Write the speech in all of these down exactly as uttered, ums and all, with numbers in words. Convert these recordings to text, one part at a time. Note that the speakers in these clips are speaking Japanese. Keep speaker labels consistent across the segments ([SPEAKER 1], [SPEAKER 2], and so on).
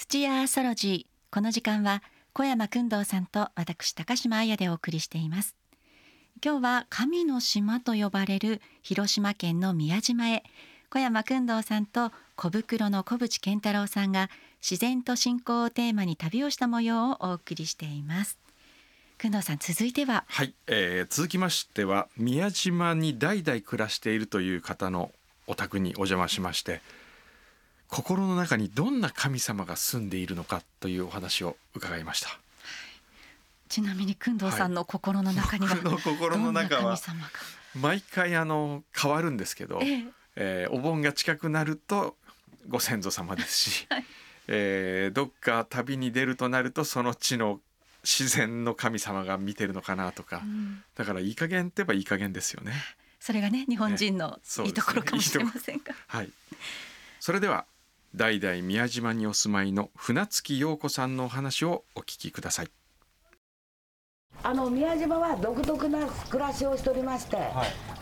[SPEAKER 1] 土屋アーソロジー。この時間は小山薫堂さんと私高島彩でお送りしています。今日は神の島と呼ばれる広島県の宮島へ、小山薫堂さんと小袋の小淵健太郎さんが自然と信仰をテーマに旅をした模様をお送りしています。薫堂さん、続いては。
[SPEAKER 2] はい、えー、続きましては宮島に代々暮らしているという方のお宅にお邪魔しまして、心の中にどんな神様が住んでいるのかというお話を伺いました。
[SPEAKER 1] ちなみに薫堂さんの心の中には、
[SPEAKER 2] はい、僕の心の中は
[SPEAKER 1] どんな神様が
[SPEAKER 2] 毎回あの変わるんですけど、
[SPEAKER 1] ええ
[SPEAKER 2] えー、お盆が近くなるとご先祖様ですし、
[SPEAKER 1] はい、
[SPEAKER 2] えー、どっか旅に出るとなるとその地の自然の神様が見てるのかなとか、うん、だからいい加減って言えばいい加減ですよね。
[SPEAKER 1] それがね、日本人のいいところかもしれませんが、
[SPEAKER 2] ね、はい、それでは代々宮島にお住まいの船月陽子さんのお話をお聞きください。
[SPEAKER 3] あの宮島は独特な暮らしをしておりまして、はい、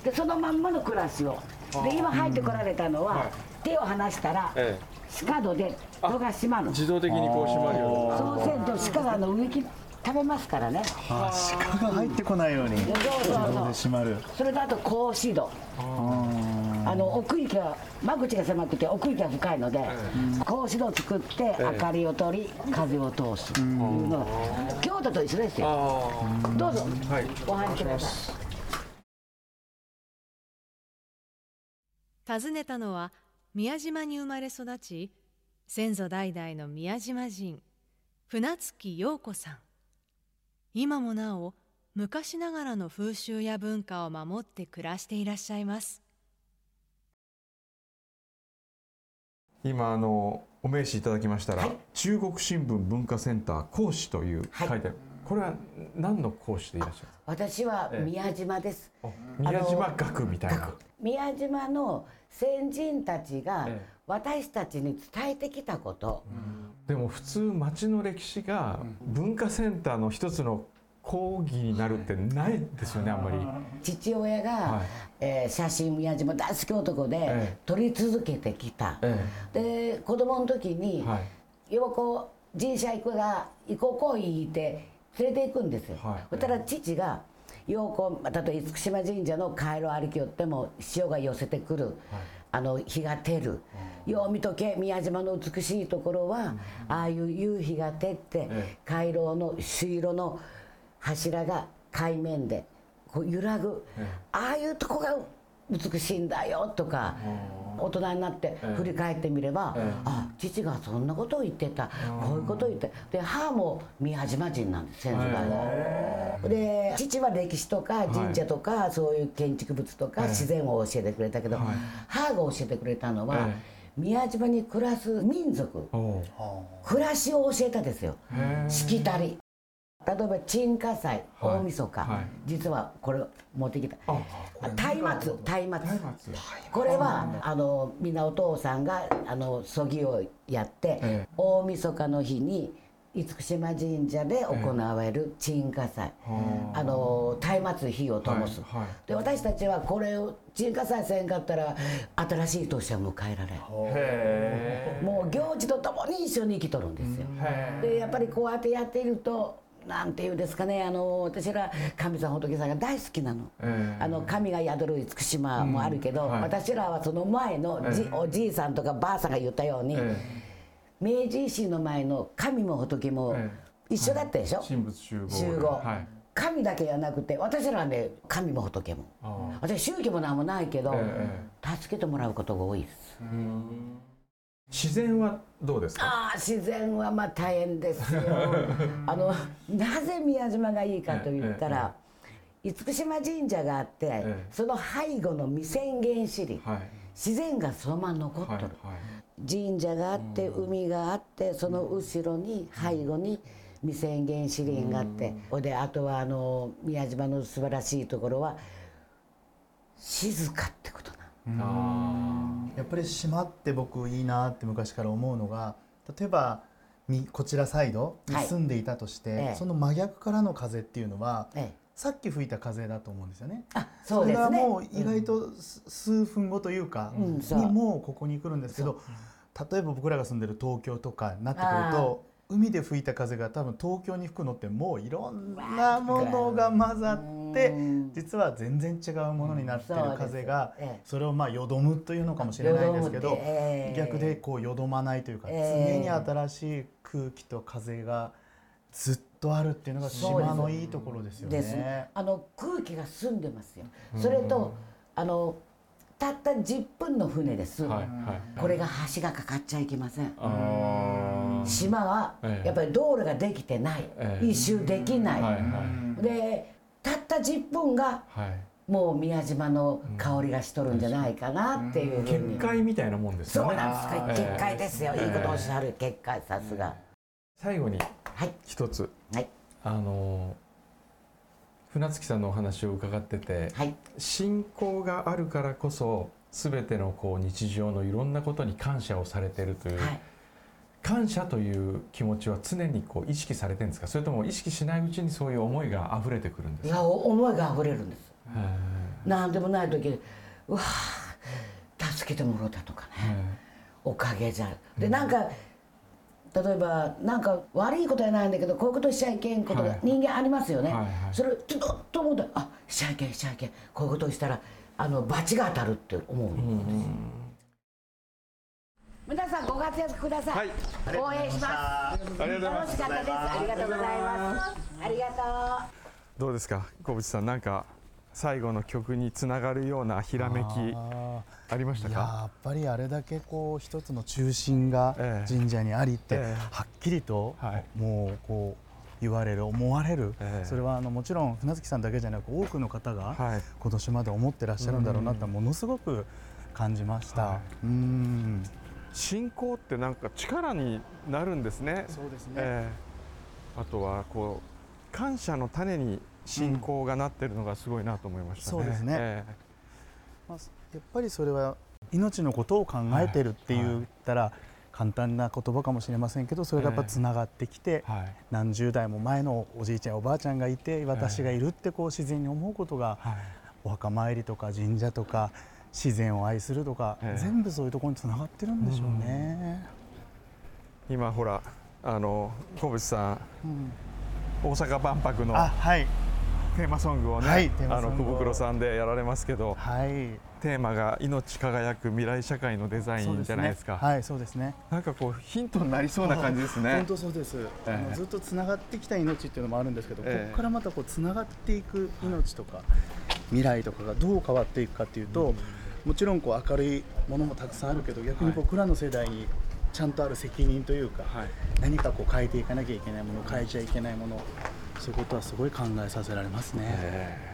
[SPEAKER 3] でそのまんまの暮らしをで今入ってこられたのは、はい、手を離したら、ええ、鹿戸で戸が閉まる。
[SPEAKER 2] 自動的にこう閉まるように。
[SPEAKER 3] そうせんと鹿があの植木食べますからね。
[SPEAKER 4] あ、鹿が入ってこないように自動で閉まる。
[SPEAKER 3] それとあと格子戸、あの奥行きが間口が狭くて奥行きが深いので、うん、格子戸を作って明かりを取り、ええ、風を通すというのが、うん、京都と一緒ですよ。どうぞ、はい、お入りくださ
[SPEAKER 5] い。訪ねたのは宮島に生まれ育ち、先祖代々の宮島人船月陽子さん。今もなお昔ながらの風習や文化を守って暮らしていらっしゃいます。
[SPEAKER 2] 今あのお名刺いただきましたら、はい、中国新聞文化センター講師という書いてある、はい、これは何の講師でいらっしゃるんですか？
[SPEAKER 3] 私は宮島です、
[SPEAKER 2] ええ、宮島学みたいな。
[SPEAKER 3] 宮島の先人たちが私たちに伝えてきたこと、
[SPEAKER 2] うん、でも普通町の歴史が文化センターの一つの講義になるってないですよね、あんまり。
[SPEAKER 3] 父親が、はい、えー、写真宮島大好き男で、ええ、撮り続けてきた、ええ、で子供の時に、はい、よこ神社行くが行こうこいって連れて行くんですよ。はい、そしたら父がようこ例えば厳島神社の回廊歩きよっても潮が寄せてくる、はい、あの日が照る、うん、よう見とけ宮島の美しいところは、うん、ああいう夕日が照って、ええ、回廊の朱色の柱が海面でこう揺らぐ、ええ、ああいうとこが美しいんだよとか、大人になって振り返ってみれば、ええ、あ、父がそんなことを言ってた、こういうことを言って、で母も宮島人なんです、先祖が、ええ、で父は歴史とか神社とか、はい、そういう建築物とか自然を教えてくれたけど、はい、母が教えてくれたのは、ええ、宮島に暮らす民族、暮らしを教えたですよ。しきたり、例えば鎮火祭、大晦日、はいはい、実はこれ持ってきた松明、松明、これはあのみんなお父さんがあの葬儀をやって、ええ、大晦日の日に厳島神社で行われる鎮火祭、ええ、あの松明火を灯す、はいはい、で私たちはこれを鎮火祭せんかったら新しい年は迎えられん、もう行事とともに一緒に生きとるんですよ。でやっぱりこうやってやっているとなんていうんですかね、あの私ら神さん仏さんが大好きなの、えー、あの神が宿る厳島もあるけど、うん、はい、私らはその前のじ、えー、おじいさんとかばあさんが言ったように、えー、明治維新の前の神も仏も一緒だったでしょ、えー、
[SPEAKER 2] 神仏集合、
[SPEAKER 3] 集合、はい、神だけじゃなくて私らはね、神も仏も、私宗教もなんもないけど、えー、助けてもらうことが多いです。
[SPEAKER 2] うん、自然はどうですか？
[SPEAKER 3] ああ、自然はまあ大変ですよ。あのなぜ宮島がいいかと言ったら、厳島神社があって、ええ、その背後の未宣言支林、はい、自然がそのまま残っとる、はいはい、神社があって海があってその後ろに背後に未宣言支林があって、うん、であとはあの宮島の素晴らしいところは静かってことな。
[SPEAKER 4] あ、やっぱり島って僕いいなって昔から思うのが、例えばこちらサイドに住んでいたとして、はい、その真逆からの風っていうのは、ええ、さっき吹いた風だと思うんですよね。
[SPEAKER 3] あ、そうですね。
[SPEAKER 4] それがもう意外と数分後というか、うん、にもうここに来るんですけど、 例えば僕らが住んでる東京とかになってくると海で吹いた風が多分東京に吹くのってもういろんなものが混ざって実は全然違うものになっている風がそれをまあよどむというのかもしれないですけど逆でこうよどまないというか常に新しい空気と風がずっとあるっていうのが島のいいところですよね。
[SPEAKER 3] あの空気が澄んでますよ。それとあのたったじゅっぷんの船です、はいはい、これが橋がかかっちゃいけません。島はやっぱり道路ができてない、えー、一周できない、はいはい、でたったじゅっぷんが、はい、もう宮島の香りがしとるんじゃないかなっていうふうに。
[SPEAKER 6] 結界みたいなもんですよね。
[SPEAKER 3] そうなんですか、結界ですよ、えー、いいことおっしゃる、結界、さすが。
[SPEAKER 6] 最後に一つ、はい、あの船月さんのお話を伺ってて、はい、信仰があるからこそ全てのこう日常のいろんなことに感謝をされているという、はい、感謝という気持ちは常にこう意識されてるんですか、それとも意識しないうちにそういう思いが溢れてくるんですか。
[SPEAKER 3] いや、思いが溢れるんです。なんでもない時うわ助けてもらったとかね、おかげじゃで、なんか例えばなんか悪いことじゃないんだけどこういうことしちゃいけんことが人間ありますよね、はいはいはい、それちょっと思うとあしちゃいけんしちゃいけんこういうことをしたらあの罰が当たるって思うんです。皆さんご活躍ください、はい、応援します。
[SPEAKER 2] ありがとうございます。
[SPEAKER 3] 楽しかったです。ありがとうございます。ありがとう。
[SPEAKER 2] どうですか小渕さん、なんか最後の曲につながるようなひらめきありましたか。
[SPEAKER 4] やっぱりあれだけこう一つの中心が神社にありって、ええ、はっきりともうこう言われる思われる、ええ、それはあのもちろん船月さんだけじゃなく多くの方が今年まで思ってらっしゃるんだろうなってものすごく感じました。はい、うん、
[SPEAKER 2] 信仰ってなんか力になるんですね。
[SPEAKER 4] そうですね、
[SPEAKER 2] えー、あとはこう感謝の種に信仰がなってるのがすごいなと思いましたね。
[SPEAKER 4] そうですね、えーまあ、やっぱりそれは命のことを考えてるって言ったら簡単な言葉かもしれませんけど、それがやっぱつながってきて、はい、何十代も前のおじいちゃんおばあちゃんがいて私がいるってこう自然に思うことが、はい、お墓参りとか神社とか自然を愛するとか、えー、全部そういうところにつながってるんでしょうね。
[SPEAKER 2] うん、今ほらあの小渕さん、うん、大阪万博の、
[SPEAKER 4] はい、
[SPEAKER 2] テーマソングをね、はい、あの小袋さんでやられますけど、
[SPEAKER 4] はい、
[SPEAKER 2] テーマが命輝く未来社会のデザインじゃないですか。
[SPEAKER 4] はい、そうですね。
[SPEAKER 2] なんかこうヒントになりそうな感じですね。
[SPEAKER 4] 本当そうです。えー、あのずっとつながってきた命っていうのもあるんですけど、えー、ここからまたこうつながっていく命とか、はい、未来とかがどう変わっていくかっていうと、うん、もちろんこう明るいものもたくさんあるけど、逆に僕らの世代にちゃんとある責任というか、はい、何かこう変えていかなきゃいけないもの、変えちゃいけないもの、そういうことはすごい考えさせられますね。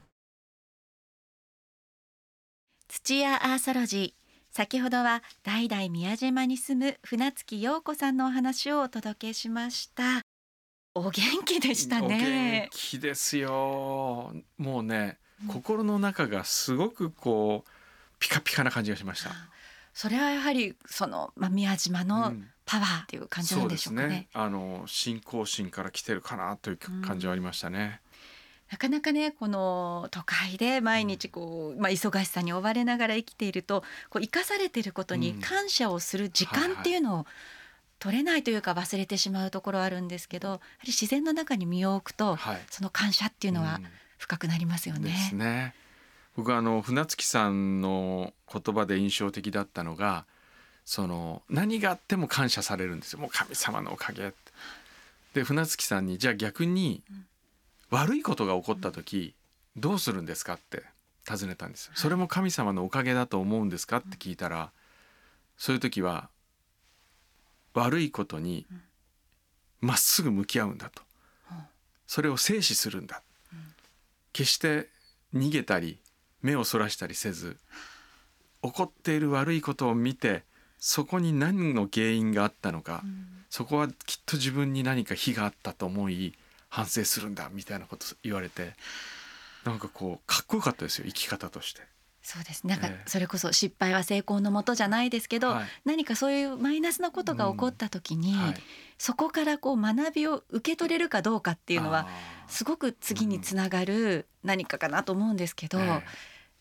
[SPEAKER 1] 土屋アーソロジー、先ほどは代々宮島に住む船月陽子さんのお話をお届けしました。お元気でしたね。
[SPEAKER 2] お元気ですよ。もうね、うん、心の中がすごくこうピカピカな感じがしました。
[SPEAKER 1] それはやはりその、まあ、宮島のパワーっていう感じなんでしょうかね。
[SPEAKER 2] うん、そうですね。あの信仰心から来てるかなという感じはありましたね。
[SPEAKER 1] うん、なかなかねこの都会で毎日こう、まあ、忙しさに追われながら生きているとこう生かされていることに感謝をする時間っていうのを取れないというか忘れてしまうところあるんですけど、やはり自然の中に身を置くと、はい、その感謝っていうのは深くなりますよね。うん、
[SPEAKER 2] ですね。僕はあの船月さんの言葉で印象的だったのが、その何があっても感謝されるんですよ。もう神様のおかげで、船月さんにじゃあ逆に悪いことが起こった時どうするんですかって尋ねたんですよ。それも神様のおかげだと思うんですかって聞いたら、そういう時は悪いことにまっすぐ向き合うんだと、それを静止するんだ、決して逃げたり目をそらしたりせず、起こっている悪いことを見てそこに何の原因があったのか、うん、そこはきっと自分に何か非があったと思い反省するんだみたいなこと言われて、なんかこうかっこよかったですよ、生き方として。
[SPEAKER 1] そうですね。なんかそれこそ失敗は成功のもとじゃないですけど、はい、何かそういうマイナスなことが起こった時に、うんはい、そこからこう学びを受け取れるかどうかっていうのはすごく次につながる何かかなと思うんですけど、えー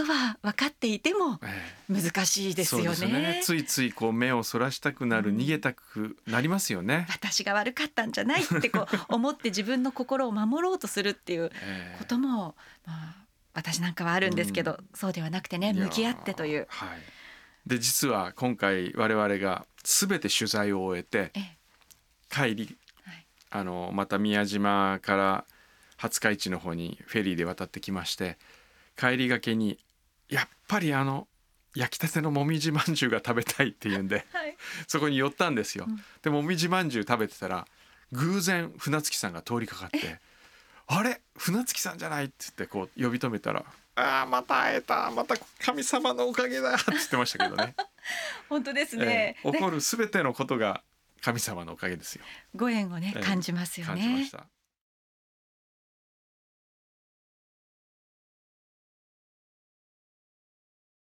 [SPEAKER 1] ことは分かっていても難しいですよね。
[SPEAKER 2] そうですね。ついついこう目をそらしたくなる、うん、逃げたくなりますよね。
[SPEAKER 1] 私が悪かったんじゃないってこう思って自分の心を守ろうとするっていうことも、まあ、私なんかはあるんですけど、うん、そうではなくてね、向き合ってという、
[SPEAKER 2] はい、で実は今回我々が全て取材を終えて、え帰り、はい、あのまた宮島から廿日市の方にフェリーで渡ってきまして、帰りがけにやっぱりあの焼きたてのもみじまんじゅうが食べたいっていうんで、はい、そこに寄ったんですよ、うん、でもみじまんじゅう食べてたら偶然船月さんが通りかかってあれ船月さんじゃないって言ってこう呼び止めたら、あーまた会えた、また神様のおかげだって言ってましたけどね
[SPEAKER 1] 本当ですね、
[SPEAKER 2] えー、起こるすべてのことが神様のおかげですよ。
[SPEAKER 1] ご縁をね、えー、感じますよね。
[SPEAKER 2] 感じました。